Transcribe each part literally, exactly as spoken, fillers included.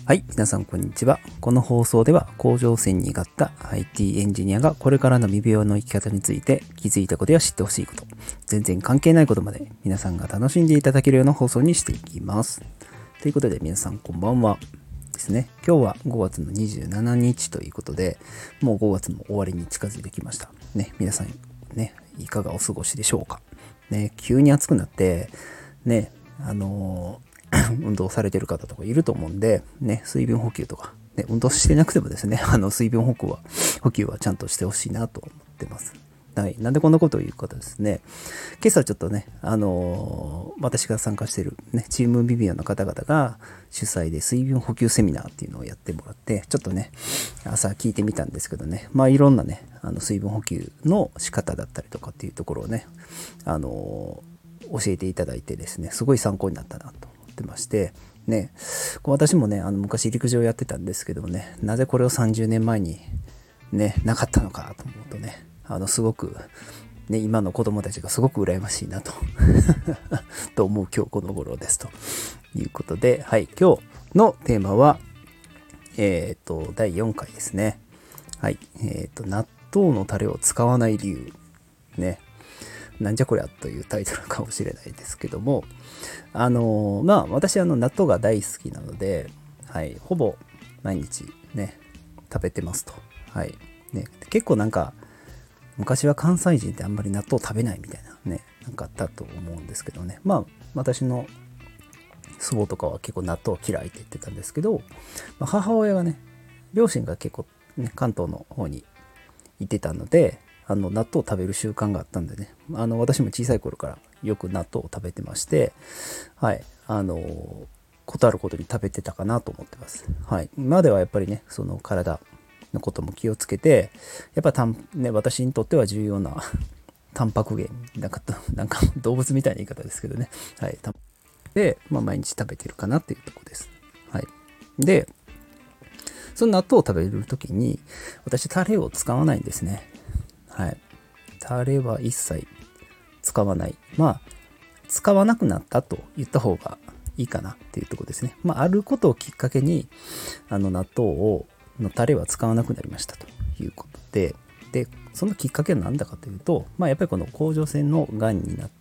はい、皆さんこんにちは。この放送では甲状腺にがった アイティー エンジニアがこれからの未病の生き方について気づいたことや知ってほしいこと、全然関係ないことまで皆さんが楽しんでいただけるような放送にしていきます。ということで皆さんこんばんはですね。今日はごがつのにじゅうしちにちということで、もうごがつも終わりに近づいてきました。ね、皆さんね、いかがお過ごしでしょうか。ね、急に暑くなって、ね、あのー運動されてる方とかいると思うんで、ね、水分補給とか、ね、運動してなくてもですね、あの水分補給は、補給はちゃんとしてほしいなと思ってます。はい。なんでこんなことを言うかとですね、今朝ちょっとね、あのー、私が参加している、ね、チームビビアの方々が主催で水分補給セミナーっていうのをやってもらって、ちょっとね、朝聞いてみたんですけどね、まあいろんなね、あの水分補給の仕方だったりとかっていうところをね、あのー、教えていただいてですね、すごい参考になったなと。ってましてね、私もねあの昔陸上やってたんですけどもね、なぜこれをさんじゅうねんまえにねなかったのかと思うとね、あのすごくね今の子供たちがすごく羨ましいなとと思う今日この頃ですということで、はい、今日のテーマはえっ、ー、とだいよんかいですね。はい、えっ、ー、と納豆のタレを使わない理由ね、なんじゃこりゃというタイトルかもしれないですけども、あのー、まあ私あの納豆が大好きなので、はい、ほぼ毎日ね食べてますと。はい、ね、結構なんか昔は関西人ってあんまり納豆食べないみたいなね、なんかあったと思うんですけどね、まあ私の祖母とかは結構納豆嫌いって言ってたんですけど、まあ、母親がね、両親が結構ね関東の方にいてたので、あの納豆を食べる習慣があったんでね、あの私も小さい頃からよく納豆を食べてまして、はい、あのことあることに食べてたかなと思ってます。はい、今ではやっぱりねその体のことも気をつけて、やっぱたん、ね、私にとっては重要なタンパク源なんかなんか動物みたいな言い方ですけどね、はい、で、まあ、毎日食べてるかなっていうところです。はい、でその納豆を食べるときに私タレを使わないんですね。はい。タレは一切使わない。まあ、使わなくなったと言った方がいいかなっていうところですね。まあ、あることをきっかけに、あの納豆を、のタレは使わなくなりましたということで、で、そのきっかけは何だかというと、まあ、やっぱりこの甲状腺のがんになって、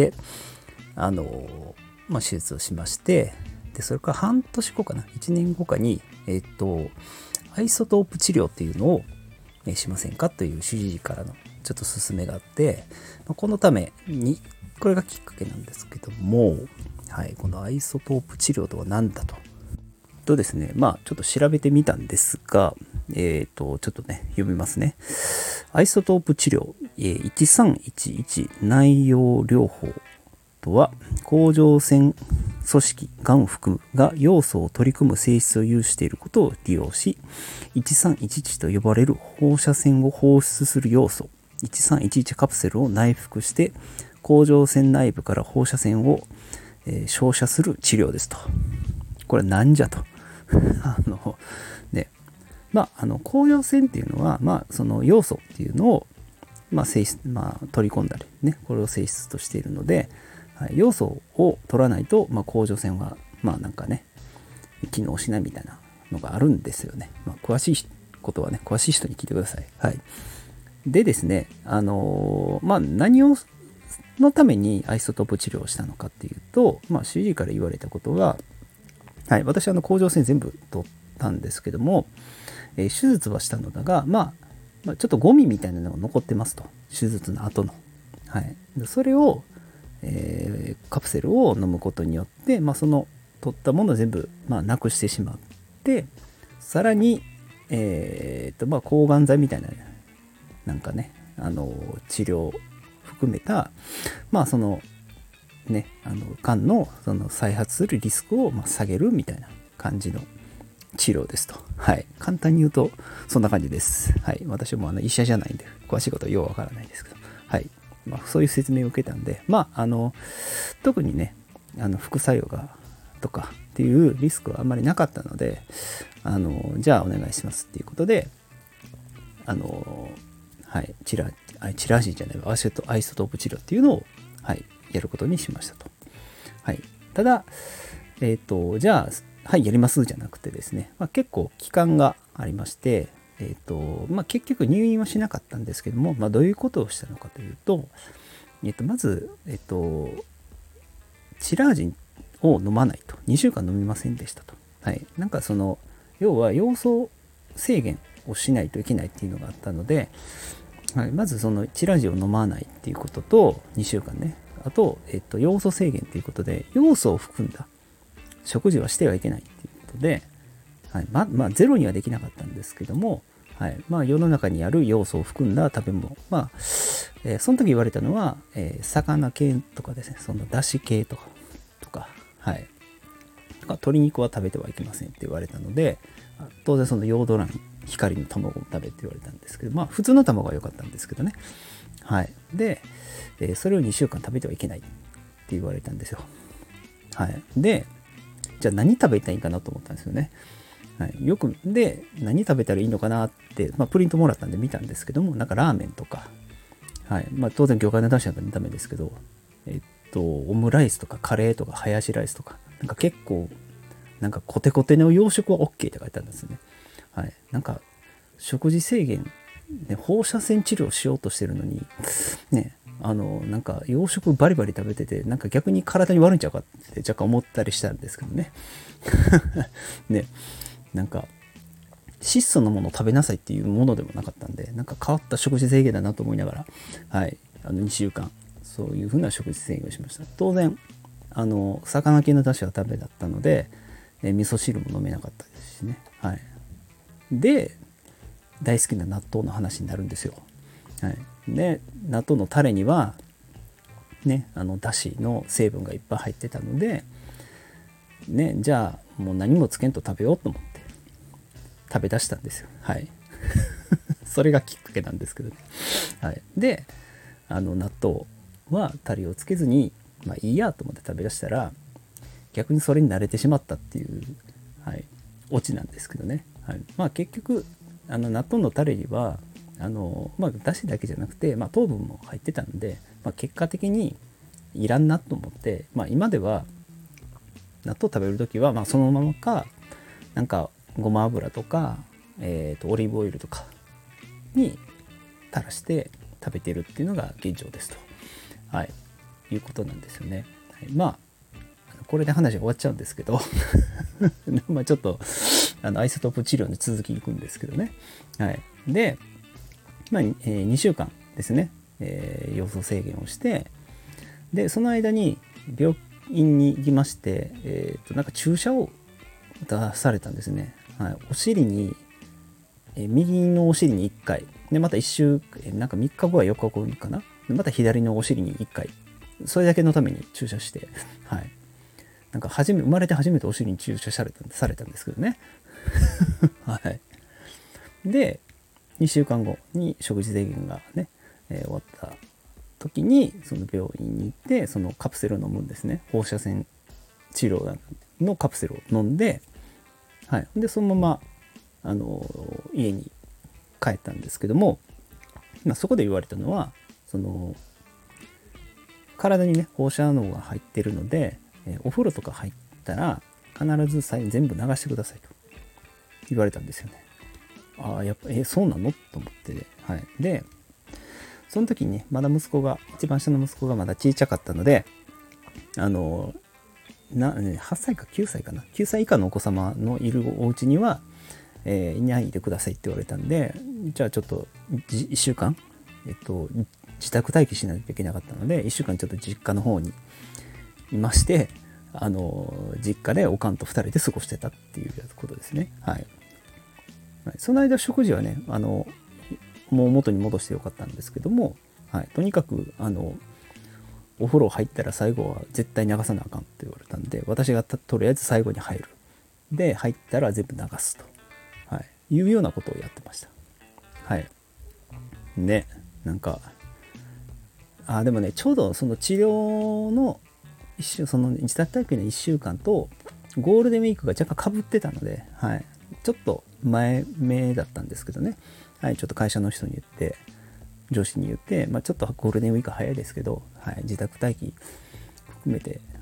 あの、まあ、手術をしまして、で、それから半年後かな、いちねんごかに、えっと、アイソトープ治療っていうのをしませんかという主治医からのちょっと勧めがあって、このためにこれがきっかけなんですけども、はい、このアイソトープ治療とは何だととですね、まあちょっと調べてみたんですが、えっとちょっとね読みますね。アイソトープ治療、いちさんいちいち内容療法とは、甲状腺組織がんを含むが要素を取り組む性質を有していることを利用し、いちさんいちいちと呼ばれる放射線を放出する要素いちさんいちいちカプセルを内服して甲状腺内部から放射線を、えー、照射する治療ですと。これなんじゃとあのね、まああの甲状腺っていうのは、まあその要素っていうのをまあ性質、まあ、取り込んだりね、これを性質としているので、はい、要素を取らないと、まあ、甲状腺はまあなんかね機能しないみたいなのがあるんですよね。まあ、詳しいことはね詳しい人に聞いてください。はい。でですね、あのー、まあ何をのためにアイソトープ治療をしたのかっていうと、まあ主治医から言われたことは、はい、私はあの甲状腺全部取ったんですけども、えー、手術はしたのだが、まあ、まあちょっとゴミみたいなのが残ってますと、手術の後の、はい、それをえー、カプセルを飲むことによって、まあ、その取ったものを全部、まあ、なくしてしまって、さらに、えーとまあ、抗がん剤みたいななんかねあの治療を含めた、まあそのねあのがんのその再発するリスクをまあ下げるみたいな感じの治療ですと。はい、簡単に言うとそんな感じです。はい、私もあの医者じゃないんで詳しいことはようわからないですけど、はい。まあ、そういう説明を受けたんで、まあ、あの特にねあの副作用がとかっていうリスクはあんまりなかったので、あのじゃあお願いしますっていうことで、あのはいチラチラシじゃないアイソトアイソトープ治療っていうのを、はい、やることにしましたと。はい、ただ、えっとじゃあはいやりますじゃなくてですね、まあ、結構期間がありまして、えーとまあ、結局入院はしなかったんですけども、まあ、どういうことをしたのかというと、えー、とまず、えー、とチラージを飲まないと、にしゅうかん飲みませんでしたと。はい、なんかその要は要素制限をしないといけないっていうのがあったので、はい、まずそのチラージを飲まないっていうこととにしゅうかんね、あと、えっと、要素制限っていうことで要素を含んだ食事はしてはいけないっていうことで、はい、ままあゼロにはできなかったんですけども、はいまあ、世の中にある要素を含んだ食べ物、まあえー、その時言われたのは、えー、魚系とかですね、そのだし系とかとか、はい、とか鶏肉は食べてはいけませんって言われたので、当然そのヨード卵、光の卵も食べって言われたんですけど、まあ普通の卵は良かったんですけどね、はい、で、えー、それをにしゅうかん食べてはいけないって言われたんですよ。はい、でじゃあ何食べたらいいかなと思ったんですよね。はい、よくで何食べたらいいのかなって、まあ、プリントもらったんで見たんですけども、なんかラーメンとか、はいまあ、当然魚介の出汁なんかダメですけど、えっとオムライスとかカレーとかハヤシライスとか、なんか結構なんかコテコテの洋食は OK って書いてあるんですよね。はい、なんか食事制限、ね、放射線治療しようとしてるのにね、あのなんか洋食バリバリ食べてて、なんか逆に体に悪いんちゃうかって若干思ったりしたんですけどね。ね、なんか質素なものを食べなさいっていうものでもなかったんで、なんか変わった食事制限だなと思いながら、はい、あのにしゅうかんそういうふうな食事制限をしました。当然あの魚系の出汁はダメだったので、え味噌汁も飲めなかったですしね。はい、で大好きな納豆の話になるんですよ。はい、で納豆のタレにはね、あのだしの成分がいっぱい入ってたので、ね、じゃあもう何もつけんと食べようと思って食べ出したんですよ。はい。それがきっかけなんですけどね。はい、であの納豆はタレをつけずに、まあいいやと思って食べ出したら、逆にそれに慣れてしまったっていう、はい、オチなんですけどね。はい、まあ結局あの納豆のタレにはあの、まあ、だしだけじゃなくて、まあ、糖分も入ってたんで、まあ、結果的にいらんなと思って、まあ、今では納豆食べる時は、まあ、そのままかなんかごま油とか、えーと、オリーブオイルとかに垂らして食べてるっていうのが現状ですと、はい、いうことなんですよね。はい、まあこれで話が終わっちゃうんですけどまあちょっとあのアイソトープ治療に続きいくんですけどね。はい、で、まあえー、にしゅうかんですね、えー、要素制限をして、でその間に病院に行きまして、えー、となんか注射を出されたんですね。はい、お尻に、えー、右のお尻にいっかいで、またいっ週、えー、なんかみっかごはよっかごかな、また左のお尻にいっかい、それだけのために注射して、はい、なんか初め生まれて初めてお尻に注射されたされたんですけどね。はい、でにしゅうかんごに食事制限がね、えー、終わった時にその病院に行ってそのカプセルを飲むんですね。放射線治療のカプセルを飲んで、はい、でそのままあの家に帰ったんですけども、まあ、そこで言われたのはその体にね放射能が入ってるので、えー、お風呂とか入ったら必ず全部流してくださいと言われたんですよね。ああやっぱえそうなのと思って、はい、でその時にねまだ息子が一番下の息子がまだ小さかったので、あのなはっさいかきゅうさいかなきゅうさい以下のお子様のいるお家には、えー、いないでくださいって言われたんで、じゃあちょっといっしゅうかん、えっと、自宅待機しないといけなかったのでいっしゅうかんちょっと実家の方にいまして、あの実家でおかんとふたりで過ごしてたっていうことですね。はい、その間食事はねあのもう元に戻してよかったんですけども、はい、とにかくあのお風呂入ったら最後は絶対流さなあかんって言われたんで、私がとりあえず最後に入るで入ったら全部流すと、はい、いうようなことをやってました。はいね、なんかあでもねちょうどその治療の一週その自宅待機のいっしゅうかんとゴールデンウィークが若干被ってたので、はい、ちょっと前目だったんですけどね、はい、ちょっと会社の人に言って上司に言って、まあ、ちょっとゴールデンウィーク早いですけど、はい、自宅待機含めて、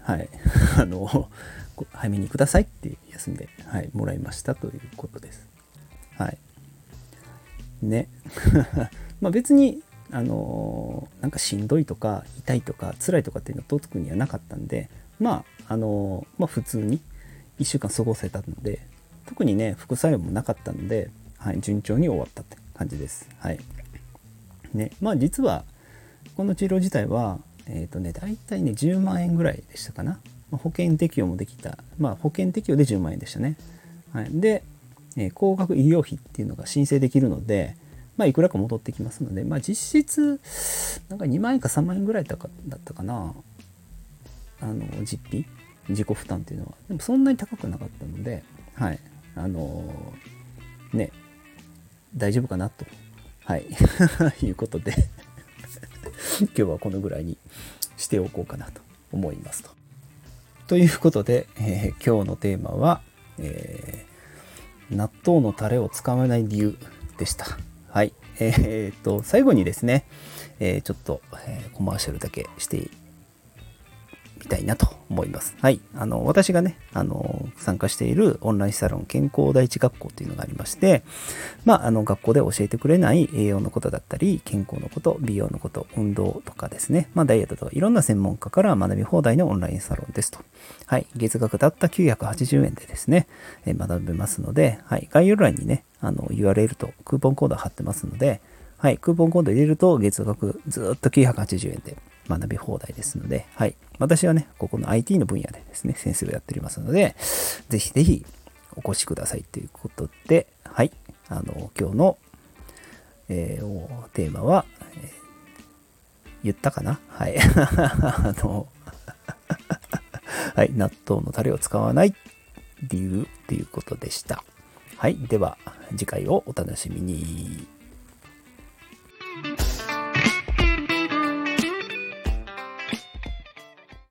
はい、あの早めにくださいって休んで、はい、もらいましたということです。はいねまあ別にあのなんかしんどいとか痛いとか辛いとかっていうのは特にはなかったんで、まああのまあ普通にいっしゅうかん過ごせたので、特にね副作用もなかったので、はい、順調に終わったって感じです。はいね、まあ実はこの治療自体はえっとね大体ねじゅうまんえんぐらいでしたかな。保険適用もできた、まあ保険適用でじゅうまんえんでしたね。はい、で、えー、高額医療費っていうのが申請できるので、まあいくらか戻ってきますので、まあ実質なんかにまんえんかさんまんえんぐらいだったかな、あの実費自己負担っていうのは。でもそんなに高くなかったので、はいあのー、ね大丈夫かなと、はいいうことで今日はこのぐらいにしておこうかなと思いますと。ということで、えー、今日のテーマは、えー、納豆のタレを使わない理由でした。はい。えー、っと、最後にですね、えー、ちょっと、えー、コマーシャルだけしてみたいなと思います。はい。あの、私がね、あの、参加しているオンラインサロン健康第一学校というのがありまして、まあ、あの、学校で教えてくれない栄養のことだったり、健康のこと、美容のこと、運動とかですね、まあ、ダイエットとかいろんな専門家から学び放題のオンラインサロンですと。はい。月額たったきゅうひゃくはちじゅうえんでですね、えー、学べますので、はい。概要欄にね、あの、ユーアールエル とクーポンコード貼ってますので、はい。クーポンコード入れると月額ずっときゅうひゃくはちじゅうえんで学び放題ですので、はい。私はね、ここの アイティー の分野でですね、先生をやっておりますので、ぜひぜひお越しくださいということで、はい。あの、今日の、えー、テーマは、えー、言ったかなはい。あの、はい。納豆のタレを使わない理由ということでした。はい。では、次回をお楽しみに。